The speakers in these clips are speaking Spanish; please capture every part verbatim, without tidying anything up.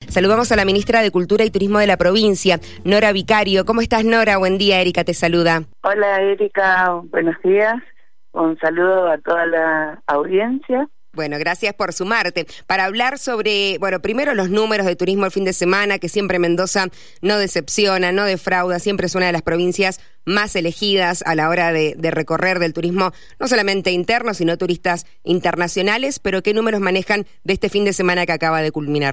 Saludamos a la ministra de Cultura y Turismo de la provincia, Nora Vicario. ¿Cómo estás, Nora? Buen día, Erika te saluda. Hola, Erika, buenos días. Un saludo a toda la audiencia. Bueno, gracias por sumarte. Para hablar sobre, bueno, primero los números de turismo el fin de semana, que siempre Mendoza no decepciona, no defrauda, siempre es una de las provincias más elegidas a la hora de, de recorrer del turismo, no solamente interno, sino turistas internacionales. Pero ¿qué números manejan de este fin de semana que acaba de culminar?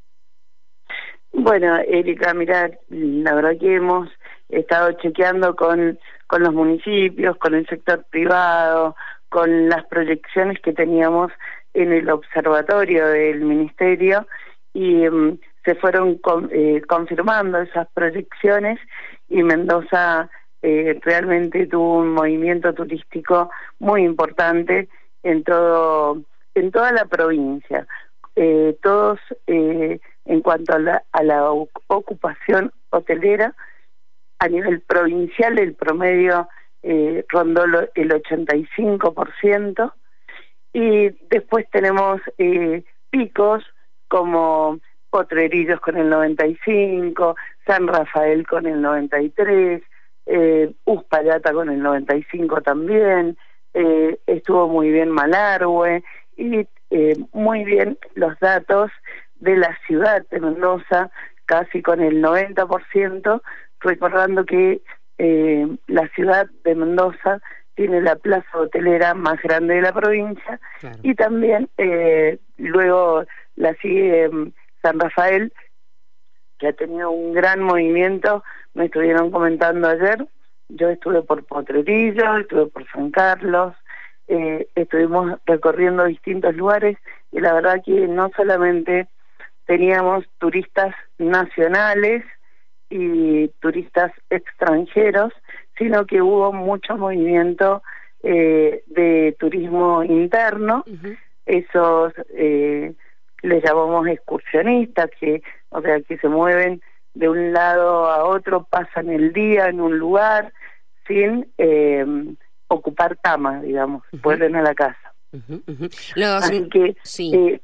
Bueno, Erika, mirá, la verdad que hemos estado chequeando con, con los municipios, con el sector privado, con las proyecciones que teníamos en el observatorio del ministerio y um, se fueron con, eh, confirmando esas proyecciones y Mendoza eh, realmente tuvo un movimiento turístico muy importante en todo en toda la provincia. Eh, todos eh, en cuanto a la, a la ocupación hotelera a nivel provincial el promedio Eh, rondó lo, el ochenta y cinco por ciento y después tenemos eh, picos como Potrerillos con el noventa y cinco, San Rafael con el noventa y tres, eh, Uspallata con el noventa y cinco también, eh, estuvo muy bien Malargüe y eh, muy bien los datos de la ciudad de Mendoza, casi con el noventa por ciento, recordando que Eh, la ciudad de Mendoza tiene la plaza hotelera más grande de la provincia. Claro. Y también eh, luego la sigue eh, San Rafael, que ha tenido un gran movimiento. Me estuvieron comentando ayer, yo estuve por Potrerillos, estuve por San Carlos, eh, estuvimos recorriendo distintos lugares y la verdad que no solamente teníamos turistas nacionales y turistas extranjeros, sino que hubo mucho movimiento eh, de turismo interno. Uh-huh. Esos eh, les llamamos excursionistas, que o sea que se mueven de un lado a otro, pasan el día en un lugar sin eh, ocupar camas, digamos, uh-huh. vuelven a la casa. Uh-huh, uh-huh. Los... Así que sí. eh,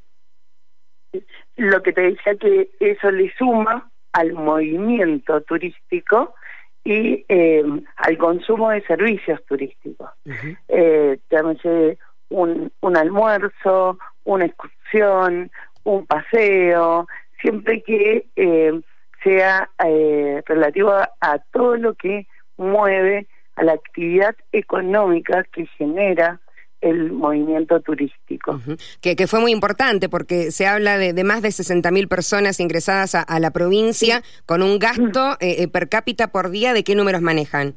lo que te decía que eso le suma al movimiento turístico y eh, al consumo de servicios turísticos. Uh-huh. Eh, llámese un, un almuerzo, una excursión, un paseo, siempre que eh, sea eh, relativo a, a todo lo que mueve a la actividad económica que genera el movimiento turístico. Uh-huh. que, que fue muy importante porque se habla de, de más de sesenta mil personas ingresadas a, a la provincia, sí. con un gasto eh, per cápita por día. ¿De qué números manejan?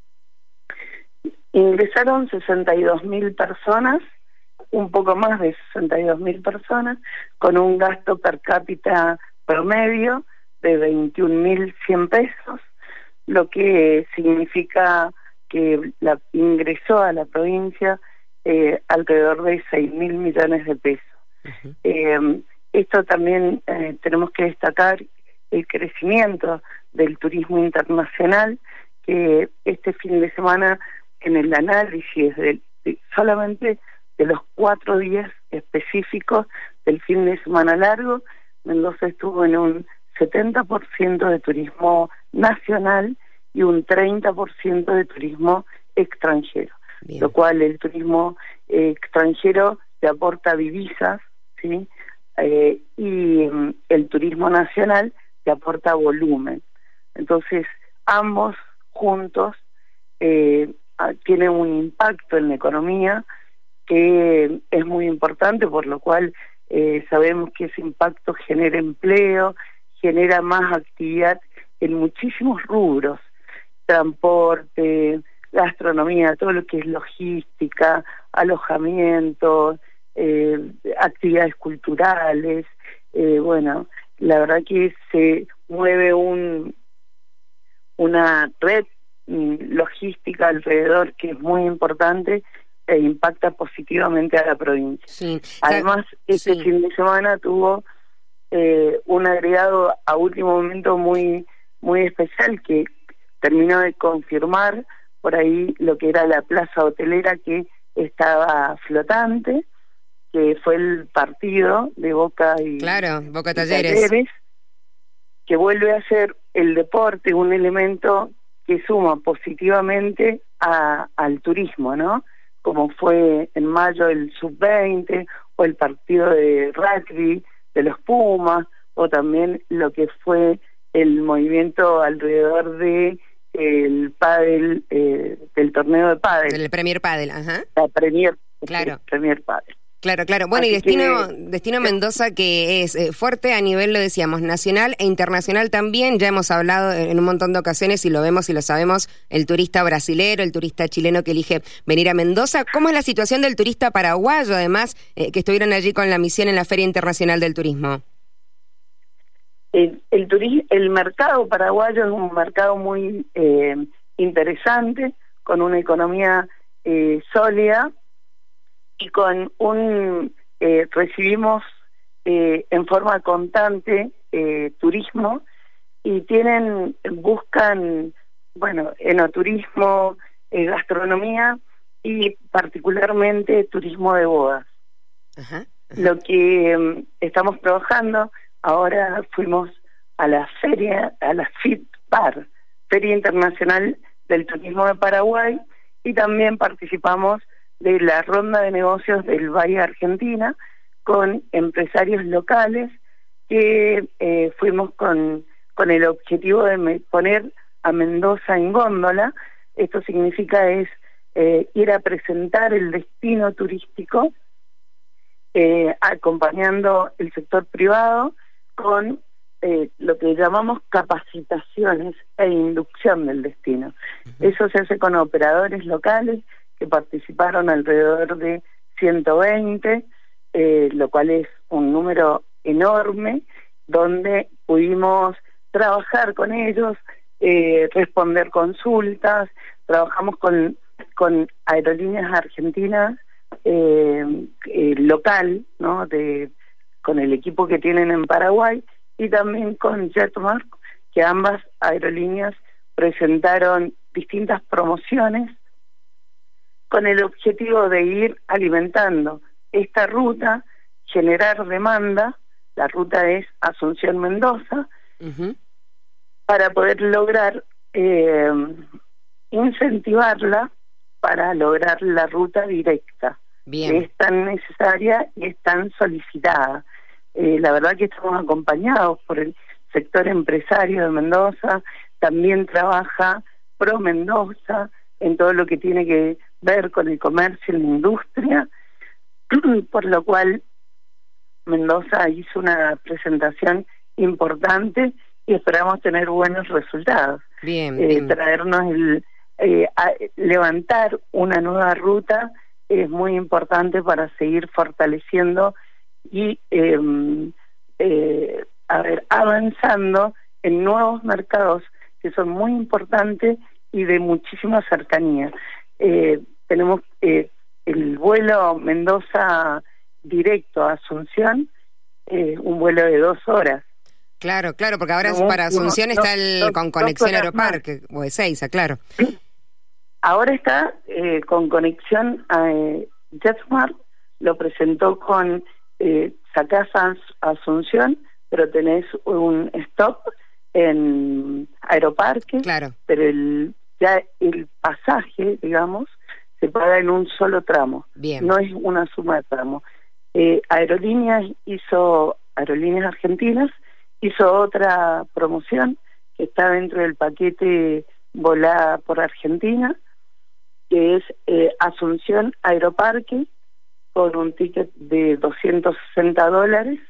Ingresaron sesenta y dos mil personas, un poco más de sesenta y dos mil personas, con un gasto per cápita promedio de veintiún mil cien pesos, lo que significa que la, ingresó a la provincia Eh, alrededor de seis mil millones de pesos. Uh-huh. Eh, esto también eh, tenemos que destacar el crecimiento del turismo internacional, que este fin de semana en el análisis de, de, solamente de los cuatro días específicos del fin de semana largo, Mendoza estuvo en un setenta por ciento de turismo nacional y un treinta por ciento de turismo extranjero. Bien. Lo cual el turismo eh, extranjero te aporta divisas, ¿sí? Eh, y um, el turismo nacional te aporta volumen. Entonces, ambos juntos eh, tienen un impacto en la economía que es muy importante, por lo cual eh, sabemos que ese impacto genera empleo, genera más actividad en muchísimos rubros, transporte, gastronomía, todo lo que es logística, alojamiento, eh, actividades culturales. Eh, bueno, la verdad que se mueve un una red mm, logística alrededor que es muy importante e impacta positivamente a la provincia. Sí. Además, este sí. fin de semana tuvo eh, un agregado a último momento muy muy especial que terminó de confirmar por ahí lo que era la plaza hotelera que estaba flotante, que fue el partido de Boca y claro, Boca y Talleres. Talleres, que vuelve a ser el deporte un elemento que suma positivamente a, al turismo, ¿no? Como fue en mayo el sub veinte o el partido de rugby de los Pumas, o también lo que fue el movimiento alrededor de el pádel, eh, del torneo de pádel. El Premier Pádel, ajá. La Premier, claro. El Premier Pádel. Claro, claro. Bueno, Así y Destino, que, Destino Mendoza, que es eh, fuerte a nivel, lo decíamos, nacional e internacional también. Ya hemos hablado en un montón de ocasiones y lo vemos y lo sabemos, el turista brasilero, el turista chileno que elige venir a Mendoza. ¿Cómo es la situación del turista paraguayo, además, eh, que estuvieron allí con la misión en la Feria Internacional del Turismo? El, el, turismo, el mercado paraguayo es un mercado muy eh, interesante, con una economía eh, sólida, y con un eh, recibimos eh, en forma constante eh, turismo, y tienen buscan bueno enoturismo, eh, gastronomía y particularmente turismo de bodas. Ajá, ajá. Lo que eh, estamos trabajando ahora, fuimos a la feria, a la FITPAR, Feria Internacional del Turismo de Paraguay, y también participamos de la ronda de negocios del Valle Argentina con empresarios locales que eh, fuimos con, con el objetivo de me, poner a Mendoza en góndola. Esto significa es eh, ir a presentar el destino turístico eh, acompañando el sector privado con eh, lo que llamamos capacitaciones e inducción del destino. Uh-huh. Eso se hace con operadores locales que participaron alrededor de ciento veinte, eh, lo cual es un número enorme, donde pudimos trabajar con ellos, eh, responder consultas, trabajamos con, con aerolíneas argentinas eh, eh, local, ¿no? De, con el equipo que tienen en Paraguay, y también con Jetmark, que ambas aerolíneas presentaron distintas promociones con el objetivo de ir alimentando esta ruta, generar demanda. La ruta es Asunción-Mendoza, uh-huh. para poder lograr eh, incentivarla para lograr la ruta directa. Bien. Que es tan necesaria y es tan solicitada. Eh, la verdad que estamos acompañados por el sector empresario de Mendoza, también trabaja Pro Mendoza en todo lo que tiene que ver con el comercio y la industria, por lo cual Mendoza hizo una presentación importante y esperamos tener buenos resultados. Bien, eh, bien. Traernos el eh, a, levantar una nueva ruta es muy importante para seguir fortaleciendo y eh, eh, a ver, avanzando en nuevos mercados que son muy importantes y de muchísima cercanía. Eh, tenemos eh, el vuelo Mendoza directo a Asunción, eh, un vuelo de dos horas. Claro, claro, porque ahora no, para Asunción no, está el no, con conexión Aeroparque, o de Seiza, claro. Ahora está eh, con conexión a eh, JetSmart, lo presentó con eh, sacás a Asunción, pero tenés un stop en Aeroparque, claro. Pero el ya el pasaje, digamos, se paga en un solo tramo. Bien. No es una suma de tramos. Eh, Aerolíneas hizo, Aerolíneas Argentinas hizo otra promoción que está dentro del paquete Volá por Argentina, que es eh, Asunción Aeroparque, con un ticket de doscientos sesenta dólares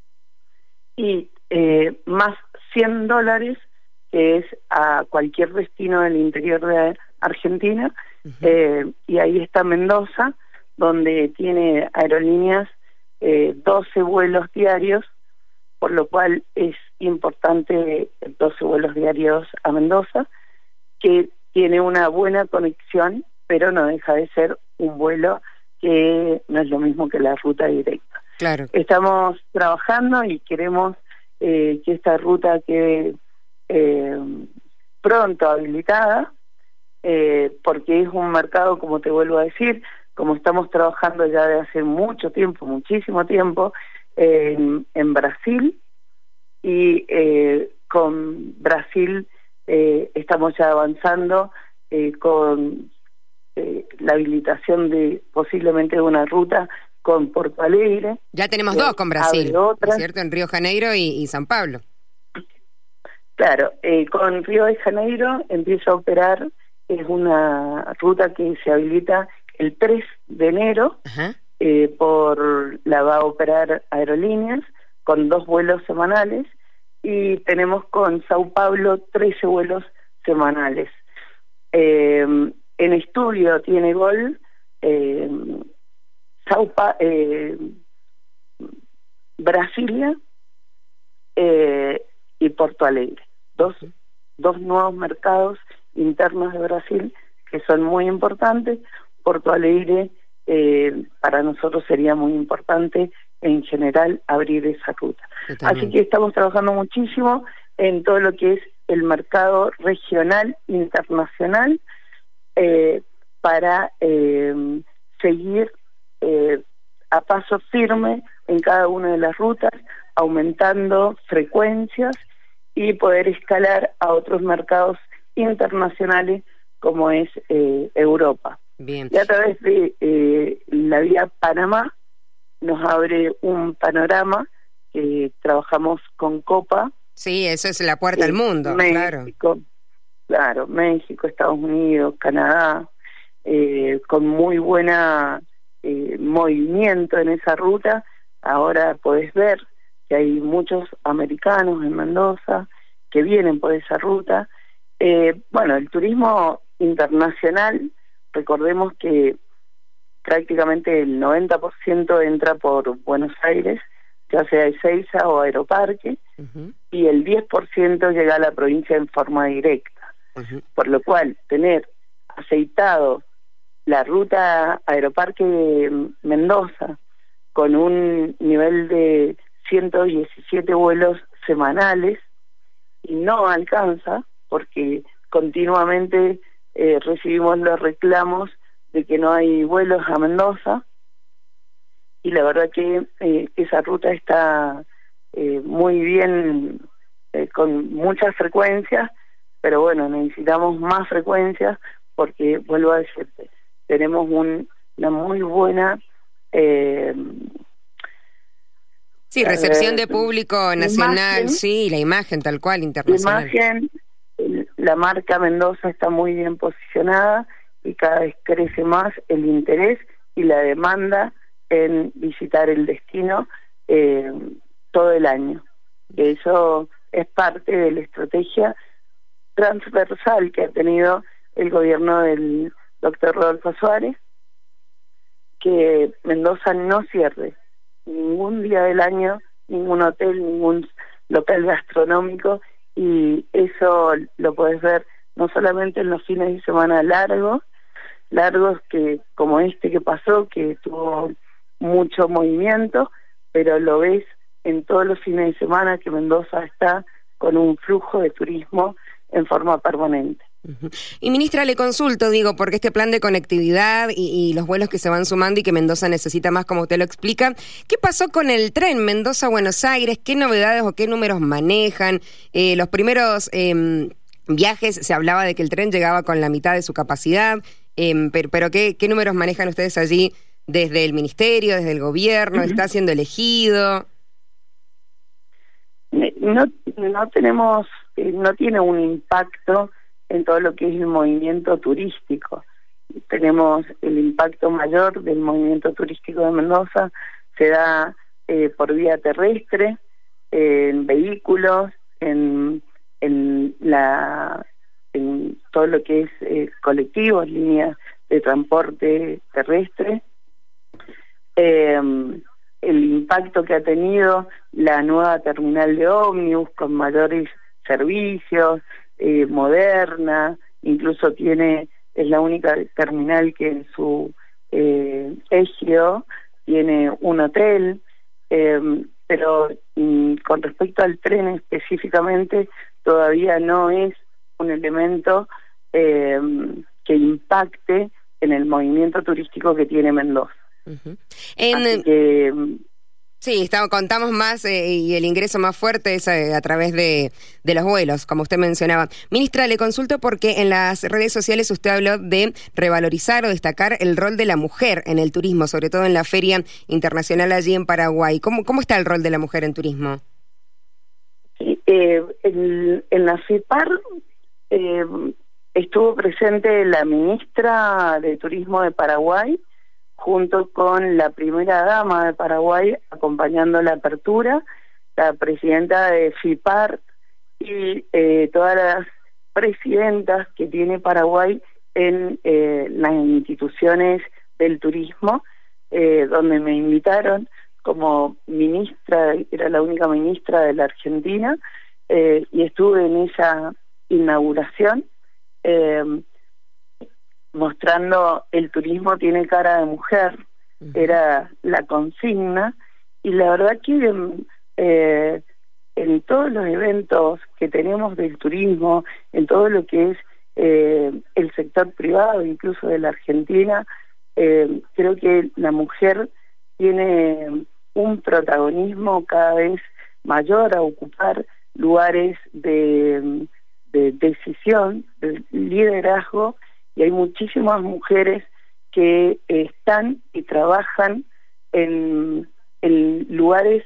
y eh, más cien dólares, que es a cualquier destino del interior de Argentina. Uh-huh. eh, y ahí está Mendoza, donde tiene aerolíneas eh, doce vuelos diarios, por lo cual es importante doce vuelos diarios a Mendoza, que tiene una buena conexión, pero no deja de ser un vuelo que no es lo mismo que la ruta directa. Claro. Estamos trabajando y queremos eh, que esta ruta quede eh, pronto habilitada, eh, porque es un mercado, como te vuelvo a decir, como estamos trabajando ya de hace mucho tiempo, muchísimo tiempo, eh, en, en Brasil, y eh, con Brasil eh, estamos ya avanzando eh, con eh, la habilitación de posiblemente una ruta con Porto Alegre. Ya tenemos dos con Brasil, otra, ¿cierto? En Río Janeiro y, y San Pablo. Claro, eh, con Río de Janeiro empieza a operar, es una ruta que se habilita el tres de enero, eh, por la va a operar Aerolíneas, con dos vuelos semanales, y tenemos con Sao Paulo trece vuelos semanales. Eh, en estudio tiene Gol, eh, Sao pa eh, Brasilia eh, y Porto Alegre, dos, dos nuevos mercados internos de Brasil que son muy importantes. Porto Alegre eh, para nosotros sería muy importante en general abrir esa ruta. Totalmente. Así que estamos trabajando muchísimo en todo lo que es el mercado regional internacional eh, para eh, seguir eh, a paso firme en cada una de las rutas, aumentando frecuencias y poder escalar a otros mercados internacionales como es eh, Europa. Bien. Y a través de eh, la vía Panamá nos abre un panorama que trabajamos con Copa. Sí, eso es la puerta eh, al mundo, México, claro. Claro, México, Estados Unidos, Canadá, eh, con muy buena eh, movimiento en esa ruta. Ahora podés ver que hay muchos americanos en Mendoza que vienen por esa ruta. Eh, bueno, el turismo internacional, recordemos que prácticamente el noventa por ciento entra por Buenos Aires, ya sea Ezeiza o Aeroparque, uh-huh. y el diez por ciento llega a la provincia en forma directa. Uh-huh. Por lo cual, tener aceitado la ruta Aeroparque Mendoza con un nivel de ciento diecisiete vuelos semanales, y no alcanza, porque continuamente eh, recibimos los reclamos de que no hay vuelos a Mendoza, y la verdad que eh, esa ruta está eh, muy bien, eh, con muchas frecuencias, pero bueno, necesitamos más frecuencias porque, vuelvo a decirte, tenemos un, una muy buena... Eh, sí, recepción de público nacional, imagen, sí, la imagen tal cual, internacional. La imagen, la marca Mendoza está muy bien posicionada y cada vez crece más el interés y la demanda en visitar el destino eh, todo el año. Y eso es parte de la estrategia transversal que ha tenido el gobierno del doctor Rodolfo Suárez, que Mendoza no cierre ningún día del año, ningún hotel, ningún local gastronómico, y eso lo podés ver no solamente en los fines de semana largos, largos que como este que pasó, que tuvo mucho movimiento, pero lo ves en todos los fines de semana que Mendoza está con un flujo de turismo en forma permanente. Uh-huh. Y ministra, le consulto, digo, porque este plan de conectividad y, y los vuelos que se van sumando y que Mendoza necesita más, como usted lo explica, ¿qué pasó con el tren Mendoza-Buenos Aires? ¿Qué novedades o qué números manejan? Eh, los primeros eh, viajes se hablaba de que el tren llegaba con la mitad de su capacidad, eh, pero, pero ¿qué, ¿qué números manejan ustedes allí desde el ministerio, desde el gobierno? Uh-huh. ¿Está siendo elegido? No, no tenemos, eh, no tiene un impacto en todo lo que es el movimiento turístico. Tenemos el impacto mayor del movimiento turístico de Mendoza, se da eh, por vía terrestre, eh, en vehículos, en, en, la, en todo lo que es eh, colectivos, líneas de transporte terrestre. Eh, el impacto que ha tenido la nueva terminal de ómnibus con mayores servicios, Eh, moderna, incluso tiene, es la única terminal que en su eh, ejido tiene un hotel, eh, pero mm, con respecto al tren específicamente todavía no es un elemento eh, que impacte en el movimiento turístico que tiene Mendoza. Uh-huh. En... Así que Sí, estamos, contamos más eh, y el ingreso más fuerte es eh, a través de, de los vuelos, como usted mencionaba. Ministra, le consulto porque en las redes sociales usted habló de revalorizar o destacar el rol de la mujer en el turismo, sobre todo en la Feria Internacional allí en Paraguay. ¿Cómo, cómo está el rol de la mujer en turismo? Sí, eh, en, en la FIPAR eh, estuvo presente la ministra de Turismo de Paraguay, junto con la primera dama de Paraguay acompañando la apertura, la presidenta de FIPAR y eh, todas las presidentas que tiene Paraguay en eh, las instituciones del turismo, eh, donde me invitaron como ministra, era la única ministra de la Argentina, eh, y estuve en esa inauguración, eh, mostrando el turismo tiene cara de mujer, uh-huh. Era la consigna, y la verdad que eh, en todos los eventos que tenemos del turismo, en todo lo que es eh, el sector privado, incluso de la Argentina, eh, creo que la mujer tiene un protagonismo cada vez mayor a ocupar lugares de, de decisión, de liderazgo, y hay muchísimas mujeres que eh, están y trabajan en, en lugares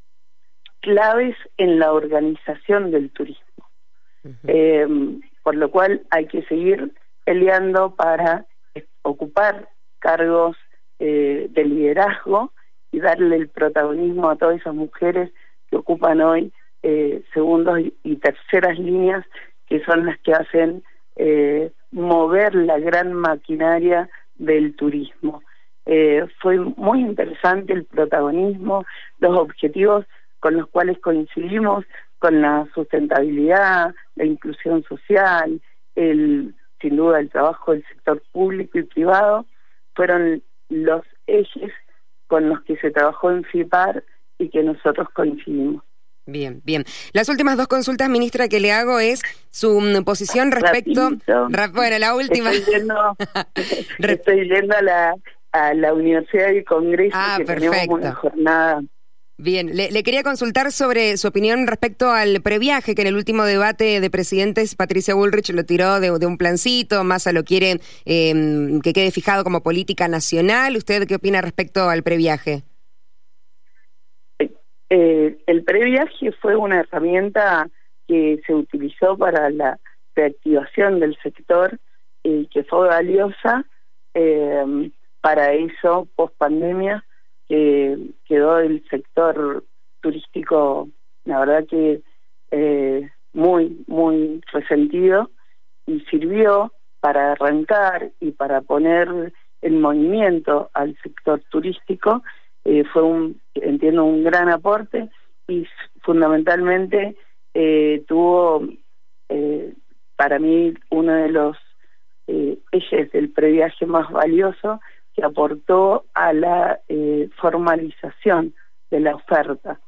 claves en la organización del turismo. Uh-huh. Eh, por lo cual hay que seguir peleando para eh, ocupar cargos eh, de liderazgo y darle el protagonismo a todas esas mujeres que ocupan hoy eh, segundos y, y terceras líneas, que son las que hacen eh, mover la gran maquinaria del turismo. Eh, fue muy interesante el protagonismo, los objetivos con los cuales coincidimos, con la sustentabilidad, la inclusión social, el, sin duda el trabajo del sector público y privado, fueron los ejes con los que se trabajó en FIPAR y que nosotros coincidimos. Bien, bien. Las últimas dos consultas, ministra, que le hago es su posición respecto... Ra, bueno, la última... Estoy yendo, estoy yendo a, la, a la Universidad del Congreso, ah, que perfecto. Tenemos una jornada... Bien, le, le quería consultar sobre su opinión respecto al previaje, que en el último debate de presidentes Patricia Bullrich lo tiró de, de un plancito, Massa lo quiere eh, que quede fijado como política nacional. ¿Usted qué opina respecto al previaje? Eh, el previaje fue una herramienta que se utilizó para la reactivación del sector y que fue valiosa eh, para eso, post pandemia, que quedó el sector turístico, la verdad que eh, muy, muy resentido, y sirvió para arrancar y para poner en movimiento al sector turístico. Eh, fue un, entiendo, un gran aporte, y fundamentalmente eh, tuvo eh, para mí uno de los eh, ejes del previaje más valioso, que aportó a la eh, formalización de la oferta.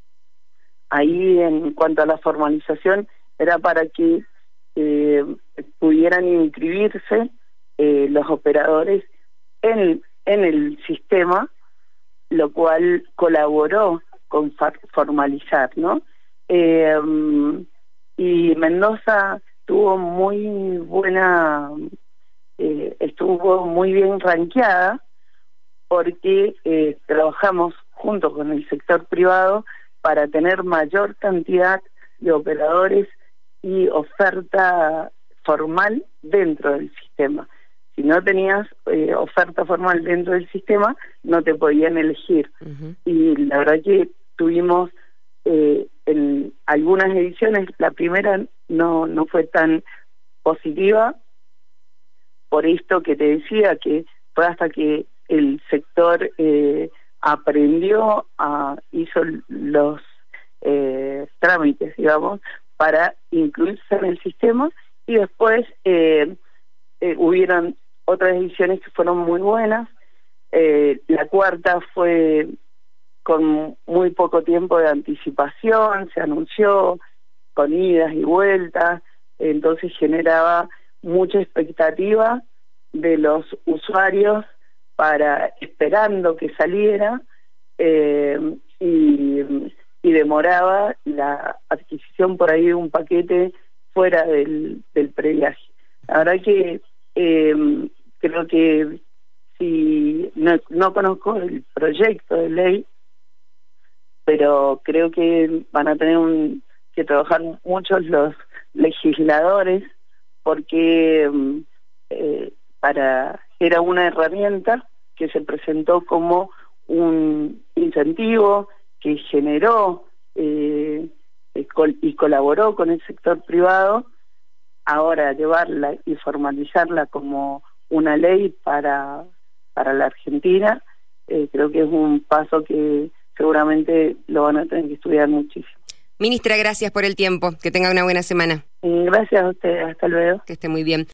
Ahí, en cuanto a la formalización, era para que eh, pudieran inscribirse eh, los operadores en, en el sistema, lo cual colaboró con formalizar, ¿no? Eh, y Mendoza tuvo muy buena, eh, estuvo muy bien ranqueada, porque eh, trabajamos junto con el sector privado para tener mayor cantidad de operadores y oferta formal dentro del sistema. Si no tenías eh, oferta formal dentro del sistema, no te podían elegir. Uh-huh. Y la verdad que tuvimos eh, en algunas ediciones, la primera no, no fue tan positiva, por esto que te decía, que fue hasta que el sector eh, aprendió, a, hizo los eh, trámites, digamos, para incluirse en el sistema, y después eh, eh, hubieron otras ediciones que fueron muy buenas. Eh, la cuarta fue con muy poco tiempo de anticipación, se anunció con idas y vueltas, entonces generaba mucha expectativa de los usuarios para esperando que saliera, eh, y, y demoraba la adquisición por ahí de un paquete fuera del, del previaje. La verdad que eh, creo que si no, no conozco el proyecto de ley, pero creo que van a tener un, que trabajar muchos los legisladores, porque eh, para era una herramienta que se presentó como un incentivo que generó eh, y colaboró con el sector privado. Ahora llevarla y formalizarla como una ley para, para la Argentina, eh, creo que es un paso que seguramente lo van a tener que estudiar muchísimo. Ministra, gracias por el tiempo. Que tenga una buena semana. Gracias a ustedes. Hasta luego. Que esté muy bien.